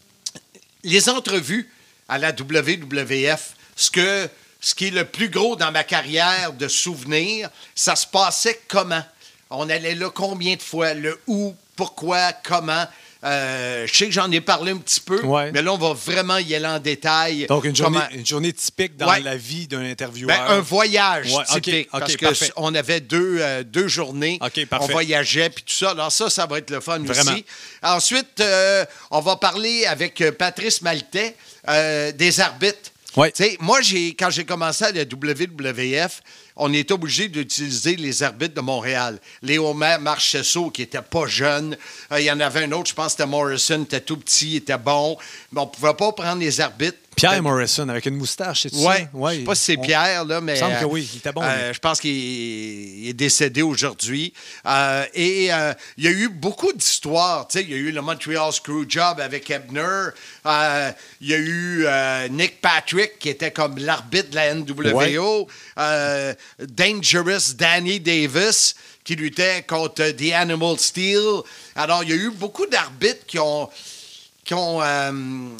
les entrevues à la W W F, ce, que, ce qui est le plus gros dans ma carrière de souvenirs, ça se passait comment? On allait là combien de fois? Le où, pourquoi, comment? Euh, je sais que j'en ai parlé un petit peu, Ouais. mais là, on va vraiment y aller en détail. Donc, une journée, Comment- une journée typique dans Ouais. la vie d'un intervieweur. Ben, un voyage Ouais, ok, typique, ok, parce parfait. qu'on avait deux, euh, deux journées. Ok, parfait. On voyageait, puis tout ça. Alors ça, ça va être le fun Vraiment. aussi. Ensuite, euh, on va parler avec euh, Patrice Maltais euh, des arbitres. Ouais. Tu sais, moi, j'ai, quand j'ai commencé à la W W F, on était obligé d'utiliser les arbitres de Montréal. Léo Marchessault, qui n'était pas jeune. Euh, Il y en avait un autre, je pense que c'était Morrison, était tout petit, il était bon. Mais on ne pouvait pas prendre les arbitres. Pierre Ben, Morrison, avec une moustache, c'est Ouais, ça? Ouais. je sais pas si c'est On- Pierre, là, mais... Il me semble que euh, oui, il était bon, euh, lui. je pense qu'il il est décédé aujourd'hui. Euh, et euh, il y a eu beaucoup d'histoires. Tu sais, il y a eu le Montreal Screwjob avec Ebner. Euh, il y a eu euh, Nick Patrick, qui était comme l'arbitre de la N W O. Euh, Dangerous Danny Davis, qui luttait contre The Animal Steel. Alors, il y a eu beaucoup d'arbitres qui ont, qui ont euh,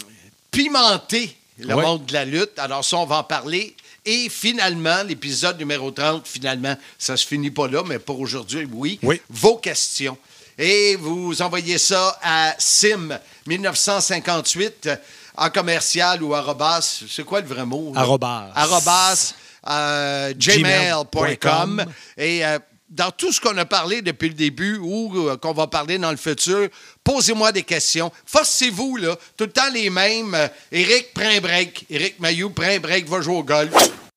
pimenté le Ouais. monde de la lutte. Alors ça, on va en parler. Et finalement, l'épisode numéro trente, finalement, ça se finit pas là, mais pour aujourd'hui, oui. Oui. Vos questions. Et vous envoyez ça à sim dix-neuf cent cinquante-huit en commercial ou arrobas. C'est quoi le vrai mot? là? Arrobas. Arrobas, euh, gmail point com. gmail. Et euh, dans tout ce qu'on a parlé depuis le début ou euh, qu'on va parler dans le futur, posez-moi des questions. Forcez-vous, là. Tout le temps les mêmes. Euh, Éric, prends un break. Éric Mailloux, prends un break, va jouer au golf.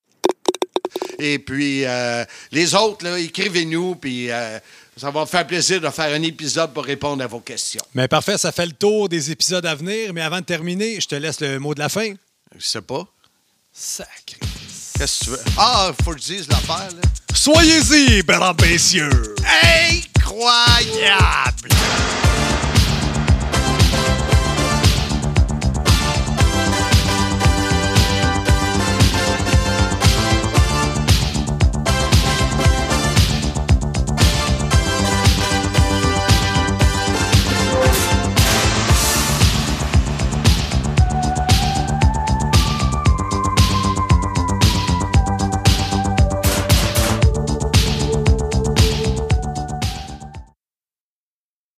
Et puis, euh, les autres, là, écrivez-nous, puis euh, ça va me faire plaisir de faire un épisode pour répondre à vos questions. Mais parfait, ça fait le tour des épisodes à venir. Mais avant de terminer, je te laisse le mot de la fin. Je sais pas. Sacré. Qu'est-ce que tu veux? Ah, faut que je dise l'affaire, là. Soyez-y, mesdames, messieurs. Incroyable!